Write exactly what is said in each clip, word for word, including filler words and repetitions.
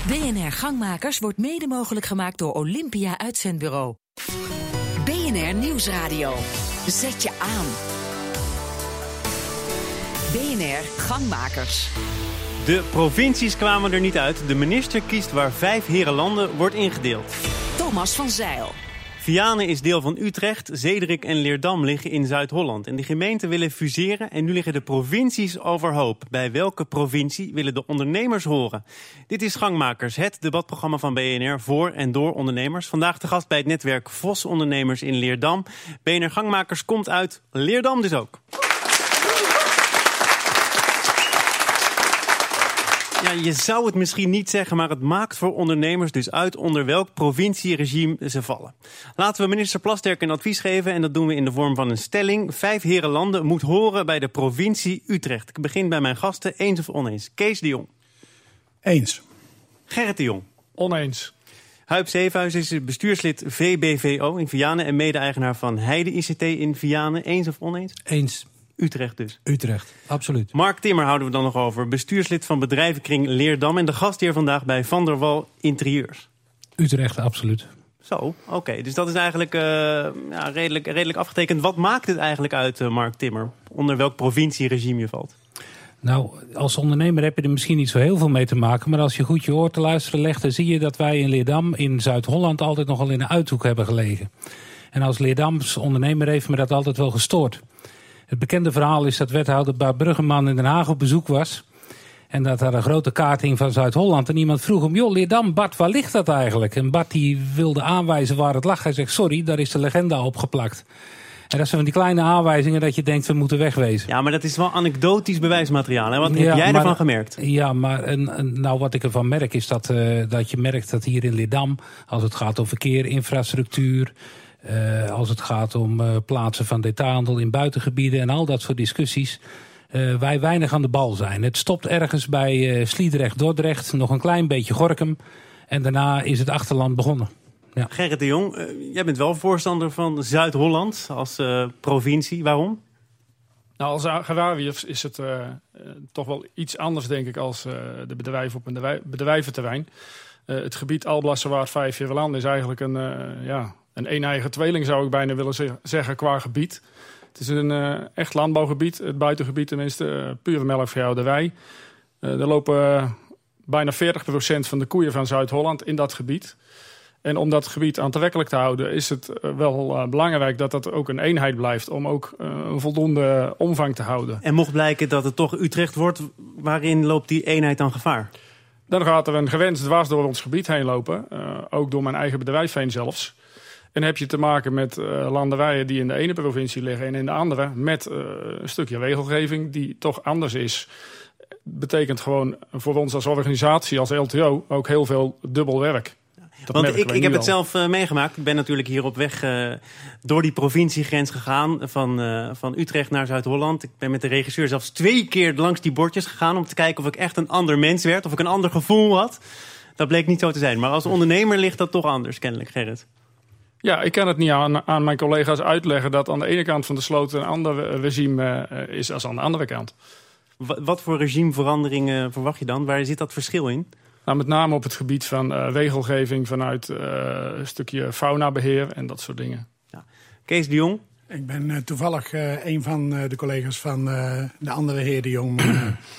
B N R Gangmakers wordt mede mogelijk gemaakt door Olympia Uitzendbureau. B N R Nieuwsradio. Zet je aan. B N R Gangmakers. De provincies kwamen er niet uit. De minister kiest waar vijf herenlanden wordt ingedeeld. Thomas van Zijl. Vianen is deel van Utrecht, Zederik en Leerdam liggen in Zuid-Holland. En die gemeenten willen fuseren en nu liggen de provincies overhoop. Bij welke provincie willen de ondernemers horen? Dit is Gangmakers, het debatprogramma van B N R voor en door ondernemers. Vandaag de gast bij het netwerk Vos Ondernemers in Leerdam. B N R Gangmakers komt uit Leerdam dus ook. Ja, je zou het misschien niet zeggen, maar het maakt voor ondernemers dus uit onder welk provincieregime ze vallen. Laten we minister Plasterk een advies geven en dat doen we in de vorm van een stelling. Vijf herenlanden moet horen bij de provincie Utrecht. Ik begin bij mijn gasten, eens of oneens. Kees de Jong. Eens. Gerrit de Jong. Oneens. Huib Zevenhuis is bestuurslid V B V O in Vianen en mede-eigenaar van Heide I C T in Vianen. Eens of oneens? Eens. Utrecht dus. Utrecht, absoluut. Mark Timmer houden we dan nog over. Bestuurslid van bedrijvenkring Leerdam en de gastheer vandaag bij Van der Wal Interieurs. Utrecht, absoluut. Zo, oké. Okay. Dus dat is eigenlijk uh, ja, redelijk, redelijk afgetekend. Wat maakt het eigenlijk uit, uh, Mark Timmer? Onder welk provincieregime je valt? Nou, als ondernemer heb je er misschien niet zo heel veel mee te maken. Maar als je goed je oor te luisteren legt, dan zie je dat wij in Leerdam in Zuid-Holland altijd nogal in een uithoek hebben gelegen. En als Leerdams ondernemer heeft me dat altijd wel gestoord. Het bekende verhaal is dat wethouder Bart Bruggeman in Den Haag op bezoek was. En dat daar een grote kaart hing van Zuid-Holland. En iemand vroeg hem, joh Leerdam, Bart, waar ligt dat eigenlijk? En Bart die wilde aanwijzen waar het lag. Hij zegt, sorry, daar is de legenda opgeplakt. En dat zijn van die kleine aanwijzingen dat je denkt, we moeten wegwezen. Ja, maar dat is wel anekdotisch bewijsmateriaal. Hè? Wat heb ja, jij maar, ervan gemerkt? Ja, maar en, en, nou, wat ik ervan merk is dat, uh, dat je merkt dat hier in Leerdam, als het gaat om verkeer, infrastructuur, Uh, als het gaat om uh, plaatsen van detailhandel in buitengebieden en al dat soort discussies, uh, wij weinig aan de bal zijn. Het stopt ergens bij uh, Sliedrecht, Dordrecht, nog een klein beetje Gorinchem en daarna is het achterland begonnen. Ja. Gerrit de Jong, uh, jij bent wel voorstander van Zuid-Holland als uh, provincie. Waarom? Nou, als agrariërs is het uh, uh, toch wel iets anders, denk ik, als uh, de bedrijven op een bedrijventerrein. Uh, het gebied Alblasserwaard vijf herenlanden is eigenlijk een, uh, ja, een een-eigen tweeling, zou ik bijna willen ze- zeggen, qua gebied. Het is een uh, echt landbouwgebied, het buitengebied tenminste, uh, pure melkveehouderij. Uh, er lopen uh, bijna veertig procent van de koeien van Zuid-Holland in dat gebied. En om dat gebied aantrekkelijk te houden is het uh, wel uh, belangrijk dat dat ook een eenheid blijft, om ook uh, een voldoende omvang te houden. En mocht blijken dat het toch Utrecht wordt, waarin loopt die eenheid dan gevaar? Dan gaat er een gewens dwars door ons gebied heen lopen. Uh, ook door mijn eigen bedrijf heen zelfs. En heb je te maken met uh, landerijen die in de ene provincie liggen en in de andere met uh, een stukje regelgeving die toch anders is. Betekent gewoon voor ons als organisatie, als L T O, ook heel veel dubbel werk. Dat Want ik, ik heb al. het zelf uh, meegemaakt. Ik ben natuurlijk hier op weg uh, door die provinciegrens gegaan. Van, uh, van Utrecht naar Zuid-Holland. Ik ben met de regisseur zelfs twee keer langs die bordjes gegaan om te kijken of ik echt een ander mens werd. Of ik een ander gevoel had. Dat bleek niet zo te zijn. Maar als ondernemer ligt dat toch anders, kennelijk, Gerrit. Ja, ik kan het niet aan, aan mijn collega's uitleggen dat aan de ene kant van de sloot een ander regime uh, is als aan de andere kant. Wat, wat voor regimeveranderingen verwacht je dan? Waar zit dat verschil in? Nou, met name op het gebied van uh, regelgeving vanuit uh, een stukje faunabeheer en dat soort dingen. Ja. Kees de Jong? Ik ben uh, toevallig uh, een van uh, de collega's van uh, de andere heer de Jong. Uh,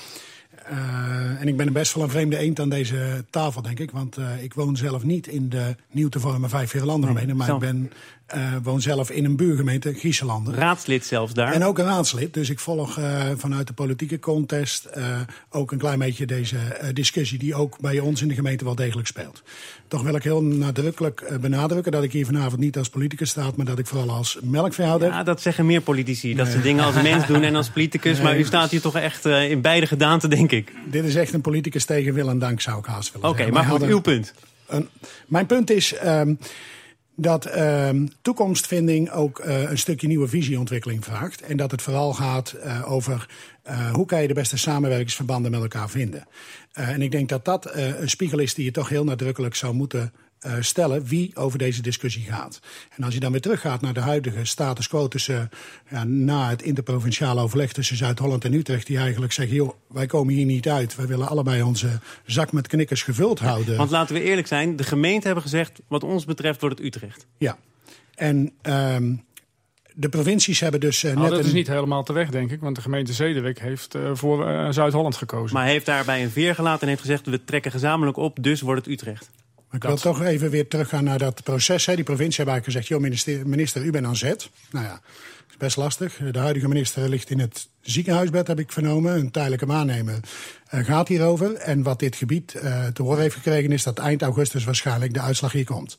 uh, en ik ben best wel een vreemde eend aan deze tafel, denk ik. Want uh, ik woon zelf niet in de nieuw te vormen vijf herenlanden gemeente. Maar zelf. ik ben, uh, woon zelf in een buurgemeente, Grieselanden. Raadslid zelfs daar. En ook een raadslid. Dus ik volg uh, vanuit de politieke context uh, ook een klein beetje deze uh, discussie die ook bij ons in de gemeente wel degelijk speelt. Toch wil ik heel nadrukkelijk uh, benadrukken dat ik hier vanavond niet als politicus sta, maar dat ik vooral als melkveehouder. Ja, dat zeggen meer politici. Dat nee. ze dingen als mens doen en als politicus. Nee. Maar u staat hier toch echt uh, in beide gedaanten, denk ik. Dit is echt een politicus tegen wil en dank, zou ik haast willen okay, zeggen. Oké, maar goed, uw punt. Een, mijn punt is um, dat um, toekomstvinding ook uh, een stukje nieuwe visieontwikkeling vraagt. En dat het vooral gaat uh, over uh, hoe kan je de beste samenwerkingsverbanden met elkaar vinden. Uh, en ik denk dat dat uh, een spiegel is die je toch heel nadrukkelijk zou moeten uh, stellen wie over deze discussie gaat. En als je dan weer teruggaat naar de huidige status quo tussen, ja, na het interprovinciale overleg tussen Zuid-Holland en Utrecht, die eigenlijk zeggen, joh, wij komen hier niet uit. Wij willen allebei onze zak met knikkers gevuld houden. Want laten we eerlijk zijn, de gemeenten hebben gezegd, wat ons betreft wordt het Utrecht. Ja, en um, de provincies hebben dus uh, net... Nou, dat een... is niet helemaal terecht, denk ik. Want de gemeente Zederik heeft uh, voor uh, Zuid-Holland gekozen. Maar heeft daarbij een veer gelaten en heeft gezegd, we trekken gezamenlijk op, dus wordt het Utrecht. Maar ik wil toch even weer teruggaan naar dat proces. Hè. Die provincie hebben eigenlijk gezegd, joh, minister, minister, u bent aan zet. Nou ja, dat is best lastig. De huidige minister ligt in het ziekenhuisbed, heb ik vernomen. Een tijdelijke waarnemer uh, gaat hierover. En wat dit gebied uh, te horen heeft gekregen is dat eind augustus waarschijnlijk de uitslag hier komt.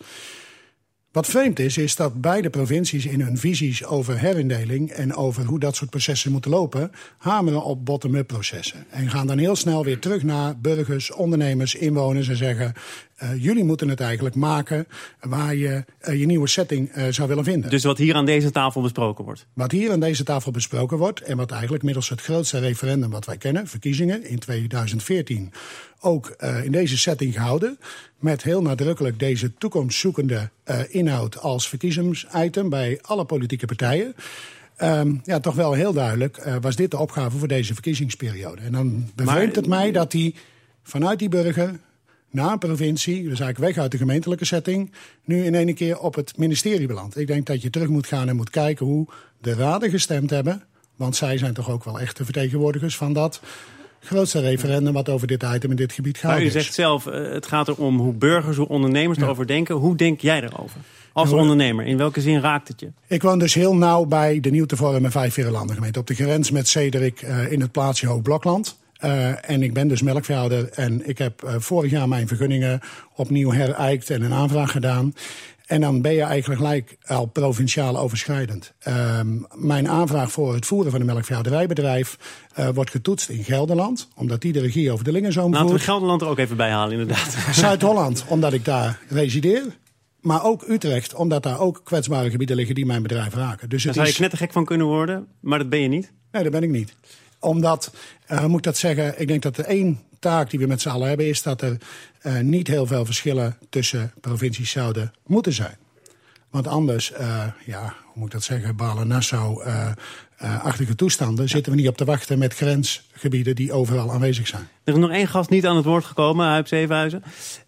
Wat vreemd is, is dat beide provincies in hun visies over herindeling en over hoe dat soort processen moeten lopen, hameren op bottom-up processen. En gaan dan heel snel weer terug naar burgers, ondernemers, inwoners en zeggen, uh, jullie moeten het eigenlijk maken waar je uh, je nieuwe setting uh, zou willen vinden. Dus wat hier aan deze tafel besproken wordt? Wat hier aan deze tafel besproken wordt en wat eigenlijk middels het grootste referendum wat wij kennen, verkiezingen in tweeduizend veertien, ook uh, in deze setting gehouden, met heel nadrukkelijk deze toekomstzoekende uh, inhoud als verkiezingsitem bij alle politieke partijen. Um, ja, toch wel heel duidelijk uh, was dit de opgave voor deze verkiezingsperiode. En dan bevreemdt het mij dat die vanuit die burger naar een provincie, dus eigenlijk weg uit de gemeentelijke setting, nu in één keer op het ministerie belandt. Ik denk dat je terug moet gaan en moet kijken hoe de raden gestemd hebben, want zij zijn toch ook wel echte vertegenwoordigers van dat grootste referendum wat over dit item in dit gebied gaat. Maar u zegt zelf, het gaat erom hoe burgers, hoe ondernemers ja. erover denken. Hoe denk jij erover? Als ja, ondernemer, in welke zin raakt het je? Ik woon dus heel nauw bij de nieuw te vormen Vijfveerenlandengemeente. Op de grens met Zederik uh, in het plaatsje Hoogblokland. Uh, en ik ben dus melkveehouder en ik heb uh, vorig jaar mijn vergunningen opnieuw herijkt en een aanvraag gedaan. En dan ben je eigenlijk gelijk al provinciaal overschrijdend. Uh, mijn aanvraag voor het voeren van een melkveehouderijbedrijf uh, wordt getoetst in Gelderland, omdat die de regie over de Lingenzoom voert. Laten we Gelderland er ook even bij halen, inderdaad. Zuid-Holland, omdat ik daar resideer. Maar ook Utrecht, omdat daar ook kwetsbare gebieden liggen die mijn bedrijf raken. Dus daar zou je is... knettergek van kunnen worden, maar dat ben je niet? Nee, dat ben ik niet. Omdat, uh, moet ik dat zeggen, ik denk dat er één taak die we met z'n allen hebben is dat er uh, niet heel veel verschillen tussen provincies zouden moeten zijn. Want anders, uh, ja, hoe moet ik dat zeggen, Balen-Nassau-achtige uh, uh, toestanden, zitten we niet op te wachten met grensgebieden die overal aanwezig zijn. Er is nog één gast niet aan het woord gekomen, Huib Zevenhuizen.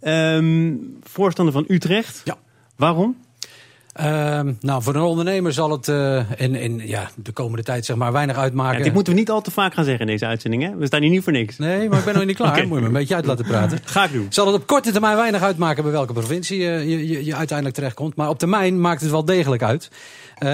Um, voorstander van Utrecht. Ja. Waarom? Uh, nou, voor een ondernemer zal het uh, in, in ja, de komende tijd zeg maar weinig uitmaken. Ja, dit moeten we niet al te vaak gaan zeggen in deze uitzending, hè? We staan hier niet voor niks. Nee, maar ik ben nog niet klaar. Okay. Moet je me een beetje uit laten praten. Ga ik doen. Zal het op korte termijn weinig uitmaken bij welke provincie je, je, je uiteindelijk terechtkomt. Maar op termijn maakt het wel degelijk uit. Uh,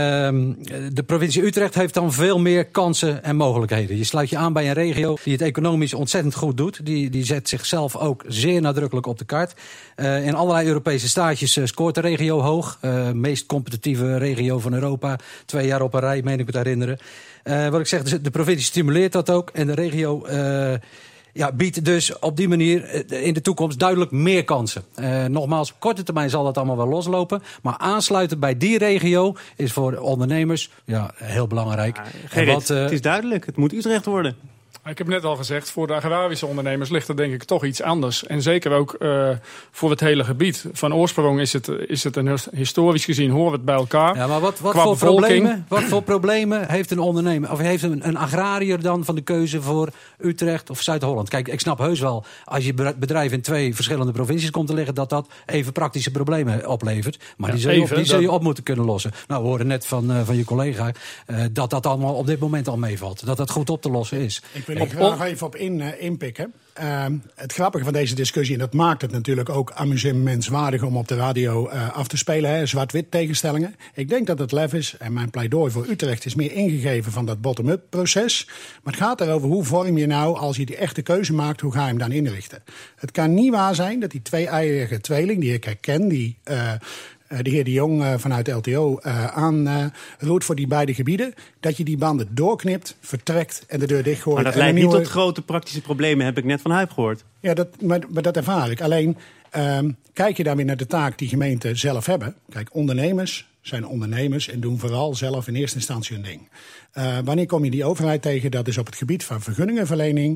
de provincie Utrecht heeft dan veel meer kansen en mogelijkheden. Je sluit je aan bij een regio die het economisch ontzettend goed doet. Die, die zet zichzelf ook zeer nadrukkelijk op de kaart. Uh, in allerlei Europese staatjes uh, scoort de regio hoog. Uh, meest competitieve regio van Europa. Twee jaar op een rij, meen ik me te herinneren. Uh, wat ik zeg, de, de provincie stimuleert dat ook. En de regio uh, ja, biedt dus op die manier uh, in de toekomst duidelijk meer kansen. Uh, nogmaals, op korte termijn zal dat allemaal wel loslopen. Maar aansluiten bij die regio is voor de ondernemers ja, heel belangrijk. Ja, Gerrit, wat, uh, het is duidelijk, het moet Utrecht worden. Ik heb net al gezegd, voor de agrarische ondernemers ligt er denk ik toch iets anders. En zeker ook uh, voor het hele gebied. Van oorsprong is het, is het een historisch gezien, horen we het bij elkaar. Ja, maar wat, wat, voor, problemen, wat voor problemen heeft een ondernemer, of heeft een, een agrariër dan van de keuze voor Utrecht of Zuid-Holland? Kijk, ik snap heus wel, als je bedrijf in twee verschillende provincies komt te liggen, dat dat even praktische problemen oplevert. Maar ja, die, zul je, even, op, die zul je op moeten kunnen lossen. Nou, we hoorden net van, uh, van je collega uh, dat dat allemaal op dit moment al meevalt. Dat dat goed op te lossen is. Ik wil er nog even op in, uh, inpikken. Uh, het grappige van deze discussie, en dat maakt het natuurlijk ook amusementswaardig om op de radio uh, af te spelen, hè, zwart-wit tegenstellingen. Ik denk dat het lef is, en mijn pleidooi voor Utrecht is meer ingegeven van dat bottom-up proces. Maar het gaat erover hoe vorm je nou, als je die echte keuze maakt, hoe ga je hem dan inrichten. Het kan niet waar zijn dat die twee-eiige tweeling, die ik herken, die Uh, de heer De Jong uh, vanuit L T O uh, aanroept uh, voor die beide gebieden, dat je die banden doorknipt, vertrekt en de deur dichtgooit. Maar dat leidt nieuwe... niet tot grote praktische problemen, heb ik net van Huib gehoord. Ja, dat, maar, maar dat ervaar ik. Alleen, uh, kijk je dan weer naar de taak die gemeenten zelf hebben. Kijk, ondernemers zijn ondernemers en doen vooral zelf in eerste instantie hun ding. Uh, wanneer kom je die overheid tegen? Dat is op het gebied van vergunningenverlening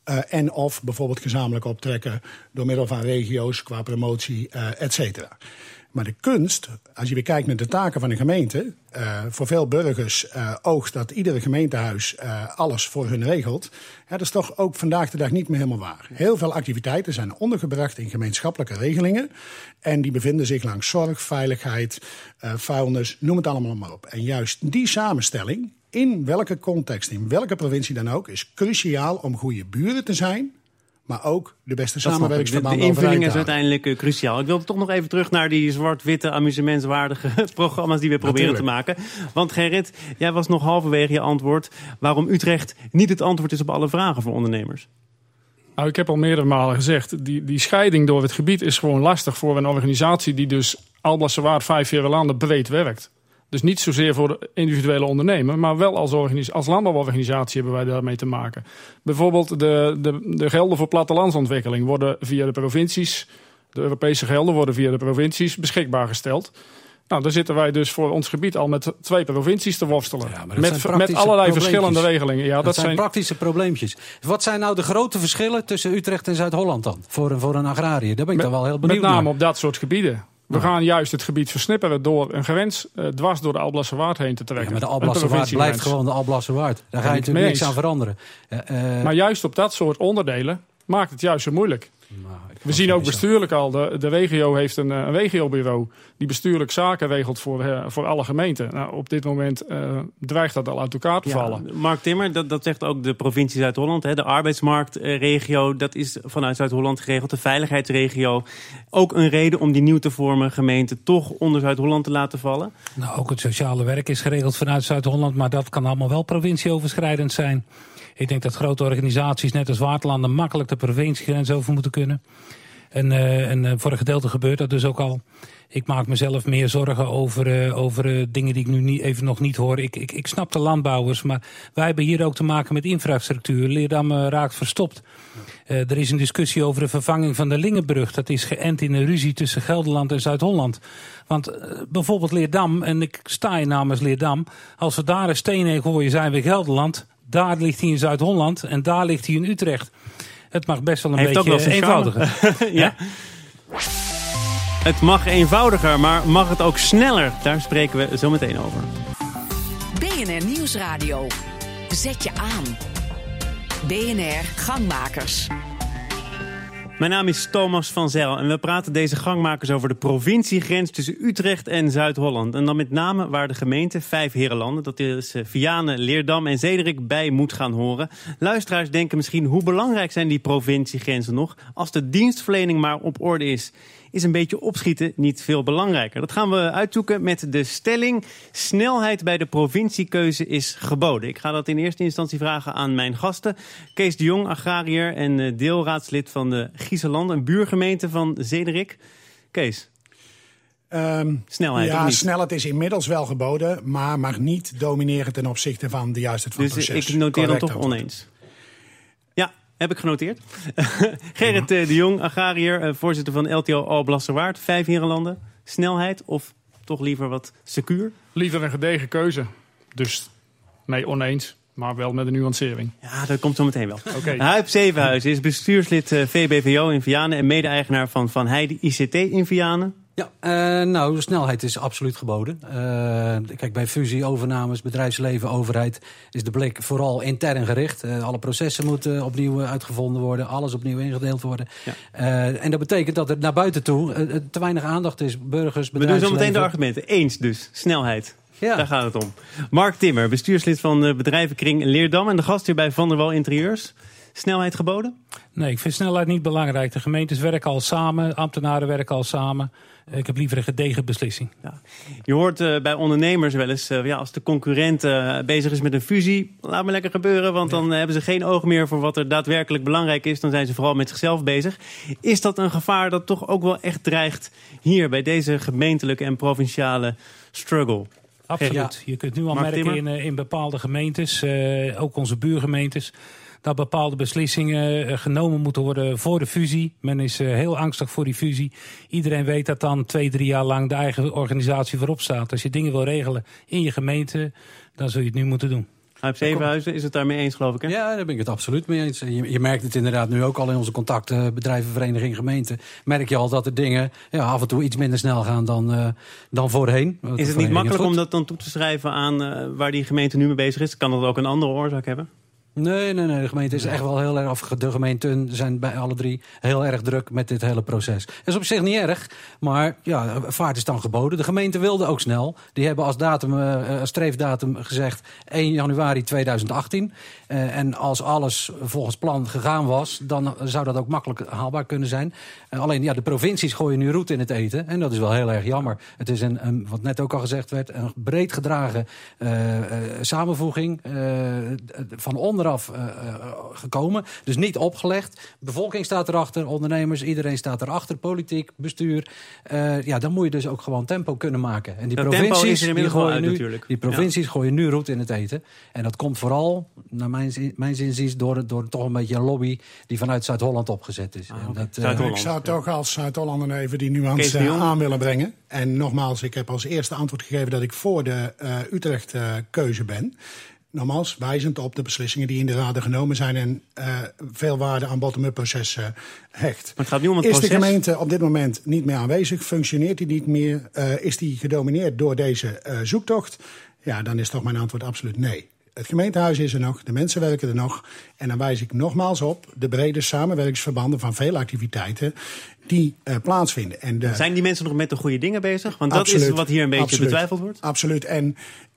Uh, en of bijvoorbeeld gezamenlijk optrekken door middel van regio's qua promotie, uh, et cetera. Maar de kunst, als je weer kijkt naar de taken van een gemeente, Uh, voor veel burgers uh, oogst dat iedere gemeentehuis uh, alles voor hun regelt. Ja, dat is toch ook vandaag de dag niet meer helemaal waar. Heel veel activiteiten zijn ondergebracht in gemeenschappelijke regelingen. En die bevinden zich langs zorg, veiligheid, uh, vuilnis, noem het allemaal maar op. En juist die samenstelling, in welke context, in welke provincie dan ook, is cruciaal om goede buren te zijn, maar ook de beste samenwerkingsverbanden. De, de invulling is uiteindelijk uh, cruciaal. Ik wilde toch nog even terug naar die zwart-witte amusementswaardige programma's die we proberen Natuurlijk. te maken. Want Gerrit, jij was nog halverwege je antwoord waarom Utrecht niet het antwoord is op alle vragen voor ondernemers. Nou, ik heb al meerdere malen gezegd, die, die scheiding door het gebied is gewoon lastig voor een organisatie die dus Alblasserwaard vijf Herenlanden breed werkt. Dus niet zozeer voor de individuele ondernemer, maar wel als, organis- als landbouworganisatie hebben wij daarmee te maken. Bijvoorbeeld de, de, de gelden voor plattelandsontwikkeling worden via de provincies, de Europese gelden worden via de provincies beschikbaar gesteld. Nou, daar zitten wij dus voor ons gebied al met twee provincies te worstelen. Ja, met, met allerlei verschillende regelingen. Ja, dat, dat zijn, zijn praktische probleempjes. Wat zijn nou de grote verschillen tussen Utrecht en Zuid-Holland dan? Voor een, voor een agrariër, daar ben ik met, dan wel heel benieuwd Met name naar. op dat soort gebieden. We gaan juist het gebied versnipperen door een grens uh, dwars door de Alblasserwaard heen te trekken. Ja, maar de Alblasserwaard blijft gewoon de Alblasserwaard. Daar ga je natuurlijk niks aan veranderen. Uh, uh, maar juist op dat soort onderdelen maakt het juist zo moeilijk. Nou, we zien ook bestuurlijk al, de, de regio heeft een, een regiobureau die bestuurlijk zaken regelt voor, uh, voor alle gemeenten. Nou, op dit moment uh, dreigt dat al uit elkaar te ja, vallen. Mark Timmer, dat, dat zegt ook de provincie Zuid-Holland. Hè, de arbeidsmarktregio, dat is vanuit Zuid-Holland geregeld. De veiligheidsregio, ook een reden om die nieuw te vormen gemeente toch onder Zuid-Holland te laten vallen? Nou, ook het sociale werk is geregeld vanuit Zuid-Holland, maar dat kan allemaal wel provincieoverschrijdend zijn. Ik denk dat grote organisaties, net als Waterlanden, makkelijk de provinciegrens over moeten kunnen. En, uh, en uh, voor een gedeelte gebeurt dat dus ook al. Ik maak mezelf meer zorgen over, uh, over uh, dingen die ik nu niet, even nog niet hoor. Ik, ik, ik snap de landbouwers, maar wij hebben hier ook te maken met infrastructuur. Leerdam uh, raakt verstopt. Uh, er is een discussie over de vervanging van de Lingenbrug. Dat is geënt in een ruzie tussen Gelderland en Zuid-Holland. Want uh, bijvoorbeeld Leerdam, en ik sta hier namens Leerdam, als we daar een steen heen gooien zijn we Gelderland. Daar ligt hij in Zuid-Holland en daar ligt hij in Utrecht. Het mag best wel een Heeft beetje wel eenvoudiger. ja. Het mag eenvoudiger, maar mag het ook sneller? Daar spreken we zo meteen over. B N R Nieuwsradio. Zet je aan. B N R Gangmakers. Mijn naam is Thomas van Zijl en we praten deze gangmakers over de provinciegrens tussen Utrecht en Zuid-Holland. En dan met name waar de gemeente Vijf Herenlanden, dat is Vianen, Leerdam en Zederik, bij moet gaan horen. Luisteraars denken misschien, hoe belangrijk zijn die provinciegrenzen nog als de dienstverlening maar op orde is? Is een beetje opschieten niet veel belangrijker? Dat gaan we uitzoeken met de stelling: snelheid bij de provinciekeuze is geboden. Ik ga dat in eerste instantie vragen aan mijn gasten. Kees de Jong, agrariër en deelraadslid van de Gieselanden, een buurgemeente van Zederik. Kees, um, snelheid ja, of niet? snelheid is inmiddels wel geboden, maar mag niet domineren ten opzichte van de juistheid van het dus proces. Ik noteer Correct dan toch antwoord. oneens. Ja, heb ik genoteerd. Gerrit uh, de Jong, agrariër, uh, voorzitter van L T O Alblasserwaard, Vijf Herenlanden. Snelheid of toch liever wat secuur? Liever een gedegen keuze. Dus nee, oneens. Maar wel met een nuancering. Ja, dat komt zo meteen wel. Okay. Huip Zevenhuizen is bestuurslid uh, V B V O in Vianen en mede-eigenaar van Van Heide I C T in Vianen. Ja, uh, nou, de snelheid is absoluut geboden. Uh, kijk, bij fusie, overnames, bedrijfsleven, overheid is de blik vooral intern gericht. Uh, alle processen moeten opnieuw uitgevonden worden, alles opnieuw ingedeeld worden. Ja. Uh, en dat betekent dat er naar buiten toe uh, te weinig aandacht is. Burgers, bedrijfsleven. We doen zo meteen de argumenten. Eens dus, snelheid. Ja. Daar gaat het om. Mark Timmer, bestuurslid van de bedrijvenkring Leerdam en de gast hier bij Van der Wal Interieurs. Snelheid geboden? Nee, ik vind snelheid niet belangrijk. De gemeentes werken al samen, ambtenaren werken al samen. Ik heb liever een gedegen beslissing. Ja. Je hoort uh, bij ondernemers wel eens, uh, ja, als de concurrent uh, bezig is met een fusie, laat maar lekker gebeuren, want ja. dan uh, hebben ze geen oog meer voor wat er daadwerkelijk belangrijk is. Dan zijn ze vooral met zichzelf bezig. Is dat een gevaar dat toch ook wel echt dreigt hier bij deze gemeentelijke en provinciale struggle? Absoluut. Ja. Je kunt nu al Mark merken in, in bepaalde gemeentes, uh, ook onze buurgemeentes, dat bepaalde beslissingen uh, genomen moeten worden voor de fusie. Men is uh, heel angstig voor die fusie. Iedereen weet dat dan twee, drie jaar lang de eigen organisatie voorop staat. Als je dingen wil regelen in je gemeente, dan zul je het nu moeten doen. Huip Zevenhuizen is het daarmee eens, geloof ik, hè? Ja, daar ben ik het absoluut mee eens. Je, je merkt het inderdaad nu ook al in onze contacten, bedrijven, verenigingen, gemeenten. Merk je al dat de dingen ja, af en toe iets minder snel gaan dan, uh, dan voorheen. Is het niet makkelijk om dat dan toe te schrijven aan uh, waar die gemeente nu mee bezig is? Kan dat ook een andere oorzaak hebben? Nee, nee, nee. De gemeente is echt wel heel erg, of de gemeenten zijn bij alle drie heel erg druk met dit hele proces. Dat is op zich niet erg, maar ja, vaart is dan geboden. De gemeente wilde ook snel. Die hebben als datum, uh, als streefdatum gezegd één januari tweeduizend achttien. Uh, en als alles volgens plan gegaan was, dan zou dat ook makkelijk haalbaar kunnen zijn. Uh, alleen ja, de provincies gooien nu roet in het eten. En dat is wel heel erg jammer. Het is een, een wat net ook al gezegd werd, een breed gedragen uh, uh, samenvoeging uh, van onder af uh, uh, gekomen. Dus niet opgelegd. Bevolking staat erachter, ondernemers, iedereen staat erachter. Politiek, bestuur. Uh, ja, dan moet je dus ook gewoon tempo kunnen maken. En die dat provincies, tempo is die gooien, uit, nu, natuurlijk. die provincies ja. gooien nu roet in het eten. En dat komt vooral, naar mijn, zin, mijn zinziens, door, door toch een beetje een lobby die vanuit Zuid-Holland opgezet is. Ah, en okay. dat, uh, ik zou toch als Zuid-Hollander even die nuance uh, aan willen brengen. En nogmaals, ik heb als eerste antwoord gegeven dat ik voor de uh, Utrecht-keuze uh, ben. Nogmaals, wijzend op de beslissingen die in de raden genomen zijn en uh, veel waarde aan bottom-up processen hecht. Maar het gaat nu om het is proces. de gemeente op dit moment niet meer aanwezig? Functioneert die niet meer? Uh, is die gedomineerd door deze uh, zoektocht? Ja, dan is toch mijn antwoord absoluut nee. Het gemeentehuis is er nog, de mensen werken er nog. En dan wijs ik nogmaals op de brede samenwerkingsverbanden van vele activiteiten die uh, plaatsvinden. En de... Zijn die mensen nog met de goede dingen bezig? Want dat absoluut, is wat hier een beetje absoluut, betwijfeld wordt. Absoluut. En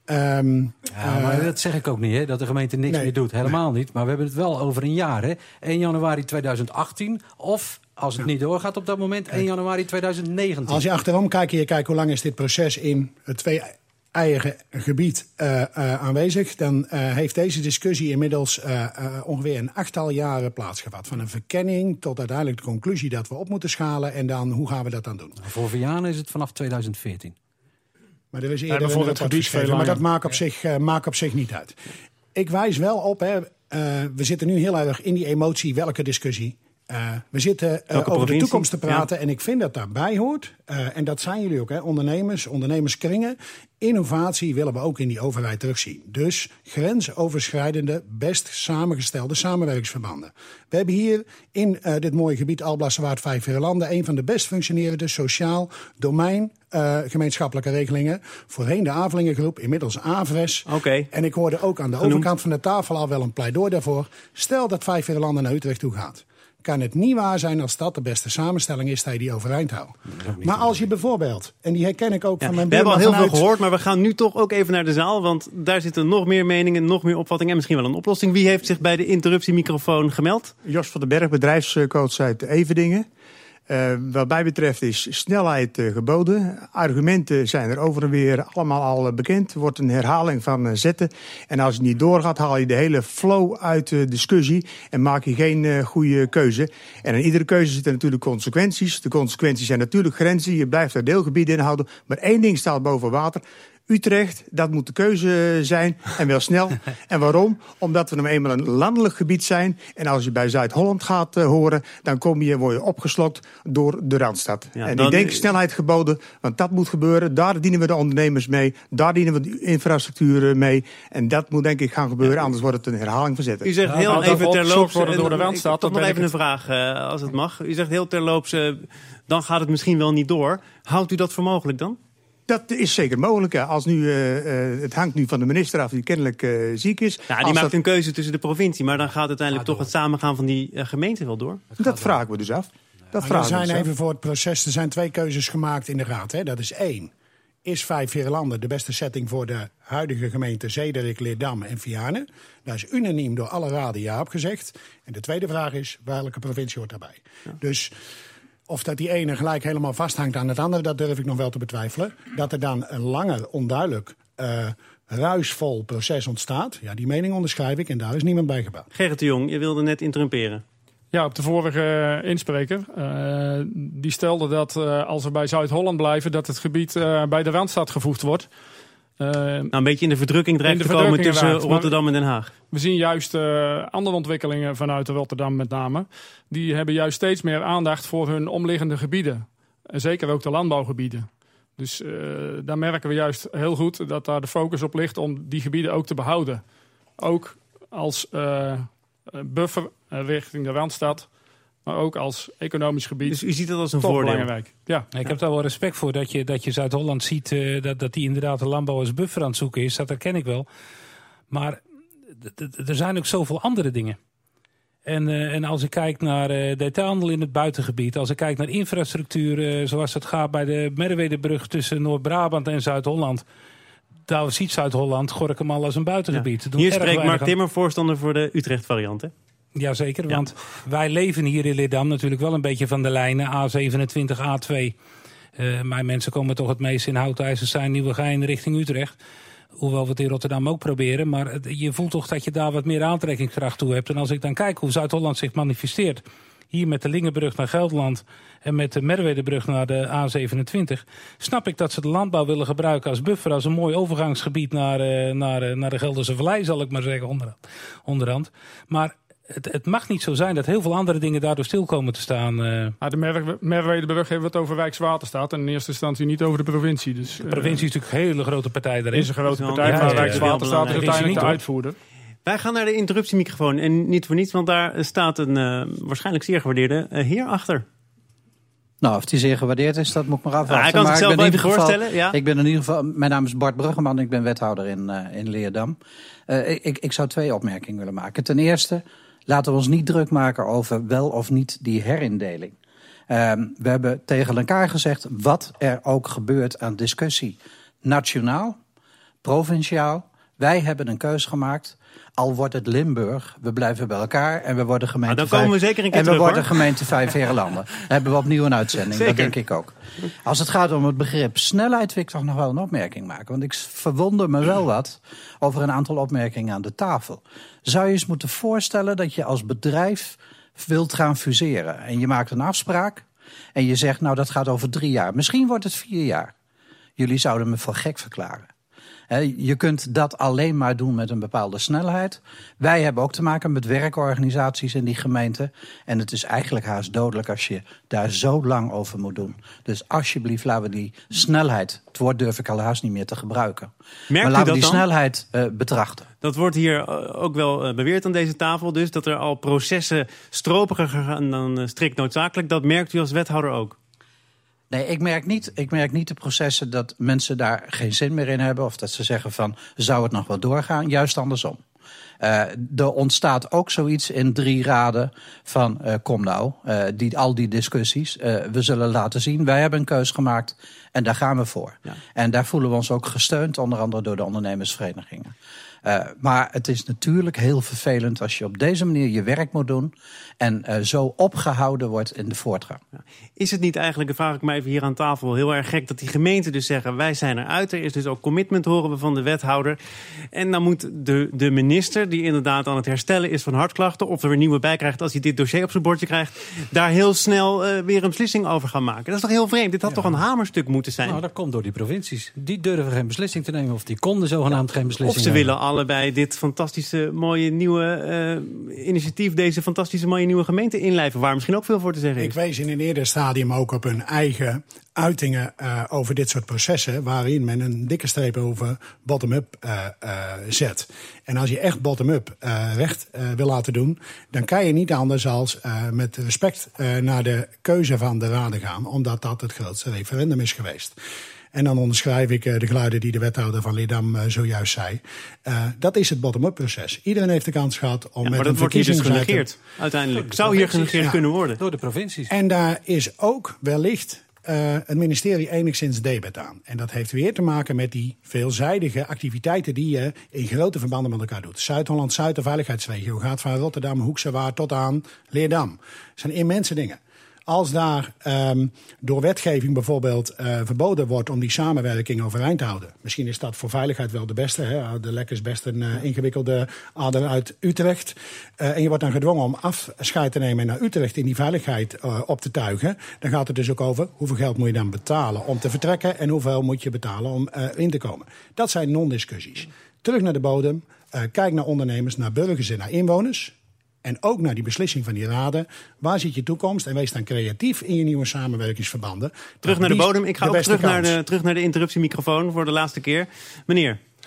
Um, ja, maar dat zeg ik ook niet, hè, dat de gemeente niks nee, meer doet. Helemaal nee. niet. Maar we hebben het wel over een jaar. Hè. één januari tweeduizend achttien of, als het ja. niet doorgaat op dat moment, één januari tweeduizend negentien. Als je achterom kijkt en je kijkt hoe lang is dit proces in het twee eigen gebied uh, uh, aanwezig, dan uh, heeft deze discussie inmiddels uh, uh, ongeveer een achttal jaren plaatsgevat. Van een verkenning tot uiteindelijk de conclusie dat we op moeten schalen en dan hoe gaan we dat dan doen. Voor Vianen is het vanaf tweeduizend veertien. Maar er is eerder ja, een het gebied veel maar dat maakt op, zich, uh, maakt op zich niet uit. Ik wijs wel op, hè, uh, we zitten nu heel erg in die emotie, welke discussie. Uh, we zitten uh, over provincie? de toekomst te praten ja. en ik vind dat daarbij hoort. Uh, en dat zijn jullie ook, hè, ondernemers, ondernemerskringen. Innovatie willen we ook in die overheid terugzien. Dus grensoverschrijdende, best samengestelde samenwerkingsverbanden. We hebben hier in uh, dit mooie gebied Alblasserwaard Vijfveerlanden een van de best functionerende sociaal domein uh, gemeenschappelijke regelingen. Voorheen de Avelingengroep, inmiddels Avres. Okay. En ik hoorde ook aan de Genoemd. overkant van de tafel al wel een pleidooi daarvoor. Stel dat Vijfveerlanden naar Utrecht toe gaat. Kan het niet waar zijn als dat de beste samenstelling is dat je die overeind houdt. Maar als je bijvoorbeeld, en die herken ik ook ja, van mijn we hebben al heel vanuit... veel gehoord, maar we gaan nu toch ook even naar de zaal. Want daar zitten nog meer meningen, nog meer opvattingen en misschien wel een oplossing. Wie heeft zich bij de interruptiemicrofoon gemeld? Jos van den Berg, bedrijfscoach uit Everdingen. Uh, wat mij betreft is snelheid uh, geboden. Argumenten zijn er over en weer allemaal al uh, bekend. Er wordt een herhaling van uh, zetten. En als het niet doorgaat, haal je de hele flow uit de uh, discussie en maak je geen uh, goede keuze. En in iedere keuze zitten natuurlijk consequenties. De consequenties zijn natuurlijk grenzen. Je blijft er deelgebieden in houden. Maar één ding staat boven water. Utrecht, dat moet de keuze zijn en wel snel. En waarom? Omdat we nou eenmaal een landelijk gebied zijn. En als je bij Zuid-Holland gaat uh, horen, dan kom je, word je opgeslokt door de Randstad. Ja, en ik denk is... snelheid geboden, want dat moet gebeuren. Daar dienen we de ondernemers mee. Daar dienen we de infrastructuur mee. En dat moet denk ik gaan gebeuren, ja, anders wordt het een herhaling van zetten. U zegt ja, heel nou, even terloops... worden door de Randstad. Toch nog even een vraag, uh, als het mag. U zegt heel terloops, uh, dan gaat het misschien wel niet door. Houdt u dat voor mogelijk dan? Dat is zeker mogelijk. Ja. Als nu, uh, uh, het hangt nu van de minister af die kennelijk uh, ziek is. Ja, die als maakt dat... een keuze tussen de provincie. Maar dan gaat uiteindelijk toch het samengaan van die uh, gemeente wel door. Dat, dat vragen we dus af. Dat er vragen zijn we dus even af. voor het proces. Er zijn twee keuzes gemaakt in de raad. Hè. Dat is één. Is Vijfveerlanden de beste setting voor de huidige gemeenten Zederik, Leerdam en Vianen? Daar is unaniem door alle raden ja op gezegd. En de tweede vraag is, welke provincie hoort daarbij? Ja. Dus... Of dat die ene gelijk helemaal vasthangt aan het andere, dat durf ik nog wel te betwijfelen. Dat er dan een langer, onduidelijk, uh, ruisvol proces ontstaat. Ja, die mening onderschrijf ik en daar is niemand bij gebouwd. Gerrit de Jong, je wilde net interrumperen. Ja, op de vorige uh, inspreker. Uh, die stelde dat uh, als we bij Zuid-Holland blijven, dat het gebied uh, bij de Randstad gevoegd wordt. Uh, nou, een beetje in de verdrukking dreigt te komen tussen raakt, Rotterdam en Den Haag. We zien juist uh, andere ontwikkelingen vanuit Rotterdam met name. Die hebben juist steeds meer aandacht voor hun omliggende gebieden. En zeker ook de landbouwgebieden. Dus uh, daar merken we juist heel goed dat daar de focus op ligt om die gebieden ook te behouden. ook als uh, buffer uh, richting de Randstad, maar ook als economisch gebied. Dus u ziet dat als een toch voordeel? Belangrijk. Ja. Ik ja. heb daar wel respect voor dat je, dat je Zuid-Holland ziet uh, dat, dat die inderdaad de landbouw als buffer aan het zoeken is. Dat herken ik wel. Maar d- d- er zijn ook zoveel andere dingen. En, uh, en als ik kijk naar uh, detailhandel in het buitengebied, als ik kijk naar infrastructuur uh, zoals het gaat bij de Merwedebrug tussen Noord-Brabant en Zuid-Holland. Daar ziet Zuid-Holland Gorinchem al als een buitengebied. Ja. Hier spreekt Mark Timmer, voorstander voor de Utrecht-variant, hè? Jazeker, ja. want wij leven hier in Leerdam natuurlijk wel een beetje van de lijnen A zevenentwintig, A twee. Uh, mijn mensen komen toch het meest in Houten, IJsselstein, Nieuwegein richting Utrecht. Hoewel we het in Rotterdam ook proberen. Maar het, je voelt toch dat je daar wat meer aantrekkingskracht toe hebt. En als ik dan kijk hoe Zuid-Holland zich manifesteert. Hier met de Lingenbrug naar Gelderland en met de Merwedebrug naar de A zevenentwintig... snap ik dat ze de landbouw willen gebruiken als buffer, als een mooi overgangsgebied naar, uh, naar, uh, naar de Gelderse Vallei, zal ik maar zeggen, onderhand. onderhand. Maar het, het mag niet zo zijn dat heel veel andere dingen daardoor stil komen te staan. Uh. Ah, de Mer- Merwedebrug hebben we het over Rijkswaterstaat en in eerste instantie niet over de provincie. Dus, de provincie is natuurlijk een hele grote partij daarin. is een grote partij, ja, maar ja, ja, Rijkswaterstaat ja, is ja, uiteindelijk de ja, uitvoerder. Wij gaan naar de interruptiemicrofoon en niet voor niets, want daar staat een uh, waarschijnlijk zeer gewaardeerde uh, heer achter. Nou, of die zeer gewaardeerd is, dat moet ik maar afwachten. Ja, hij kan maar zichzelf ik ben in even ieder geval, voorstellen. Ja. Ik ben in ieder geval, mijn naam is Bart Bruggeman, ik ben wethouder in, uh, in Leerdam. Uh, ik, ik zou twee opmerkingen willen maken. Ten eerste, laten we ons niet druk maken over wel of niet die herindeling. Uh, we hebben tegen elkaar gezegd wat er ook gebeurt aan discussie. Nationaal, provinciaal. Wij hebben een keus gemaakt. Al wordt het Limburg, we blijven bij elkaar en we worden gemeente nou, dan komen we zeker een keer en we terug, worden hoor. gemeente Vijfheerenlanden. Dan hebben we opnieuw een uitzending, Zeker. dat denk ik ook. Als het gaat om het begrip snelheid wil ik toch nog wel een opmerking maken. Want ik verwonder me wel wat over een aantal opmerkingen aan de tafel. Zou je eens moeten voorstellen dat je als bedrijf wilt gaan fuseren. En je maakt een afspraak en je zegt nou dat gaat over drie jaar. Misschien wordt het vier jaar. Jullie zouden me voor gek verklaren. He, je kunt dat alleen maar doen met een bepaalde snelheid. Wij hebben ook te maken met werkorganisaties in die gemeente. En het is eigenlijk haast dodelijk als je daar zo lang over moet doen. Dus alsjeblieft, laten we die snelheid, het woord durf ik al haast niet meer te gebruiken. Merkt maar laten u we dat die dan? snelheid uh, betrachten. Dat wordt hier ook wel beweerd aan deze tafel, dus dat er al processen stropiger gaan dan uh, strikt noodzakelijk. Dat merkt u als wethouder ook? Nee, ik merk niet, ik merk niet de processen dat mensen daar geen zin meer in hebben. Of dat ze zeggen van, zou het nog wel doorgaan? Juist andersom. Uh, er ontstaat ook zoiets in drie raden van, uh, kom nou, uh, die, al die discussies. Uh, we zullen laten zien, wij hebben een keus gemaakt en daar gaan we voor. Ja. En daar voelen we ons ook gesteund, onder andere door de ondernemersverenigingen. Uh, maar het is natuurlijk heel vervelend als je op deze manier je werk moet doen en uh, zo opgehouden wordt in de voortgang. Ja. Is het niet eigenlijk, dan vraag ik me even hier aan tafel, heel erg gek dat die gemeenten dus zeggen wij zijn eruit. Er is dus ook commitment, horen we van de wethouder. En dan moet de, de minister, die inderdaad aan het herstellen is van hartklachten, of er weer nieuwe bij krijgt als hij dit dossier op zijn bordje krijgt, daar heel snel uh, weer een beslissing over gaan maken. Dat is toch heel vreemd? Dit had ja. toch een hamerstuk moeten zijn? Nou, dat komt door die provincies. Die durven geen beslissing te nemen of die konden zogenaamd ja. geen beslissing Of ze nemen. willen allebei dit fantastische mooie nieuwe uh, initiatief, deze fantastische mooie nieuwe gemeente inlijven, waar misschien ook veel voor te zeggen is. Ik wees in een eerder stadium ook op hun eigen uitingen uh, over dit soort processen, waarin men een dikke streep over bottom-up uh, uh, zet. En als je echt bottom-up uh, recht uh, wil laten doen, dan kan je niet anders als uh, met respect uh, naar de keuze van de raden gaan, omdat dat het grootste referendum is geweest. En dan onderschrijf ik uh, de geluiden die de wethouder van Leerdam uh, zojuist zei. Uh, dat is het bottom-up proces. Iedereen heeft de kans gehad om ja, met maar een dat wordt hier dus verkiezingsuiting... genegeerd, uiteindelijk. Zou hier genegeerd ja. kunnen worden. Door de provincies. En daar is ook wellicht uh, het ministerie enigszins debet aan. En dat heeft weer te maken met die veelzijdige activiteiten die je in grote verbanden met elkaar doet. Zuid-Holland, Zuid, de veiligheidsregio gaat van Rotterdam, Hoekse Waard tot aan Leerdam. Dat zijn immense dingen. Als daar um, door wetgeving bijvoorbeeld uh, verboden wordt om die samenwerking overeind te houden. Misschien is dat voor veiligheid wel de beste. Hè? De Lek is best een uh, ingewikkelde ader uit Utrecht. Uh, en je wordt dan gedwongen om afscheid te nemen en naar Utrecht in die veiligheid uh, op te tuigen. Dan gaat het dus ook over hoeveel geld moet je dan betalen om te vertrekken en hoeveel moet je betalen om uh, in te komen. Dat zijn non-discussies. Terug naar de bodem. Uh, kijk naar ondernemers, naar burgers en naar inwoners. En ook naar die beslissing van die raden. Waar zit je toekomst? En wees dan creatief in je nieuwe samenwerkingsverbanden. Terug naar de bodem. Ik ga ook terug naar, de, terug naar de interruptiemicrofoon voor de laatste keer. Meneer.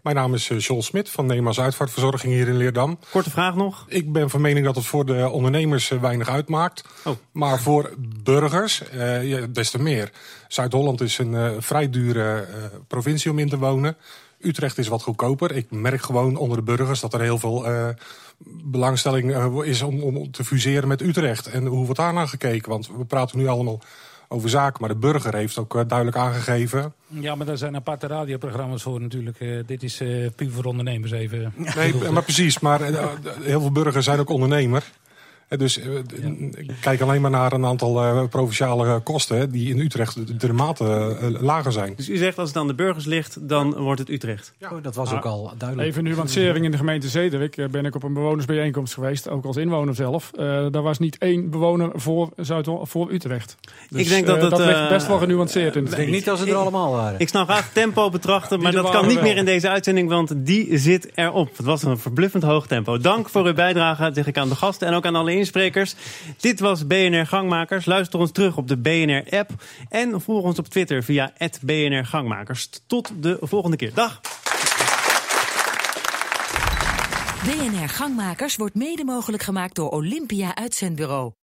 Mijn naam is John Smit van Nemas Uitvaartverzorging hier in Leerdam. Korte vraag nog. Ik ben van mening dat het voor de ondernemers weinig uitmaakt. Oh. Maar voor burgers uh, ja, des te meer. Zuid-Holland is een uh, vrij dure uh, provincie om in te wonen. Utrecht is wat goedkoper. Ik merk gewoon onder de burgers dat er heel veel uh, belangstelling uh, is om, om te fuseren met Utrecht. En hoe wordt daar naar gekeken? Want we praten nu allemaal over zaken, maar de burger heeft ook uh, duidelijk aangegeven. Ja, maar daar zijn aparte radioprogramma's voor natuurlijk. Uh, dit is uh, puur voor ondernemers even. Nee, maar precies. Maar uh, heel veel burgers zijn ook ondernemer. Dus uh, ja. Kijk alleen maar naar een aantal uh, provinciale kosten die in Utrecht dermate uh, lager zijn. Dus u zegt als het aan de burgers ligt, dan wordt het Utrecht. Ja. Oh, dat was ook al duidelijk. Even een nuancering in de gemeente Zederik. Uh, ben ik op een bewonersbijeenkomst geweest, ook als inwoner zelf. Uh, daar was niet één bewoner voor, Zuid voor Utrecht. Dus, ik denk dat uh, het, dat ligt best wel uh, genuanceerd in. Ik denk niet als ze er allemaal waren. Ik snap graag tempo betrachten, maar Die dat kan niet wel. meer in deze uitzending, want die zit erop. Het was een verbluffend hoog tempo. Dank voor uw bijdrage, zeg ik aan de gasten en ook aan alle insprekers. Dit was B N R Gangmakers. Luister ons terug op de B N R-app. En volg ons op Twitter via at B N R Gangmakers. Tot de volgende keer. Dag! B N R Gangmakers wordt mede mogelijk gemaakt door Olympia Uitzendbureau.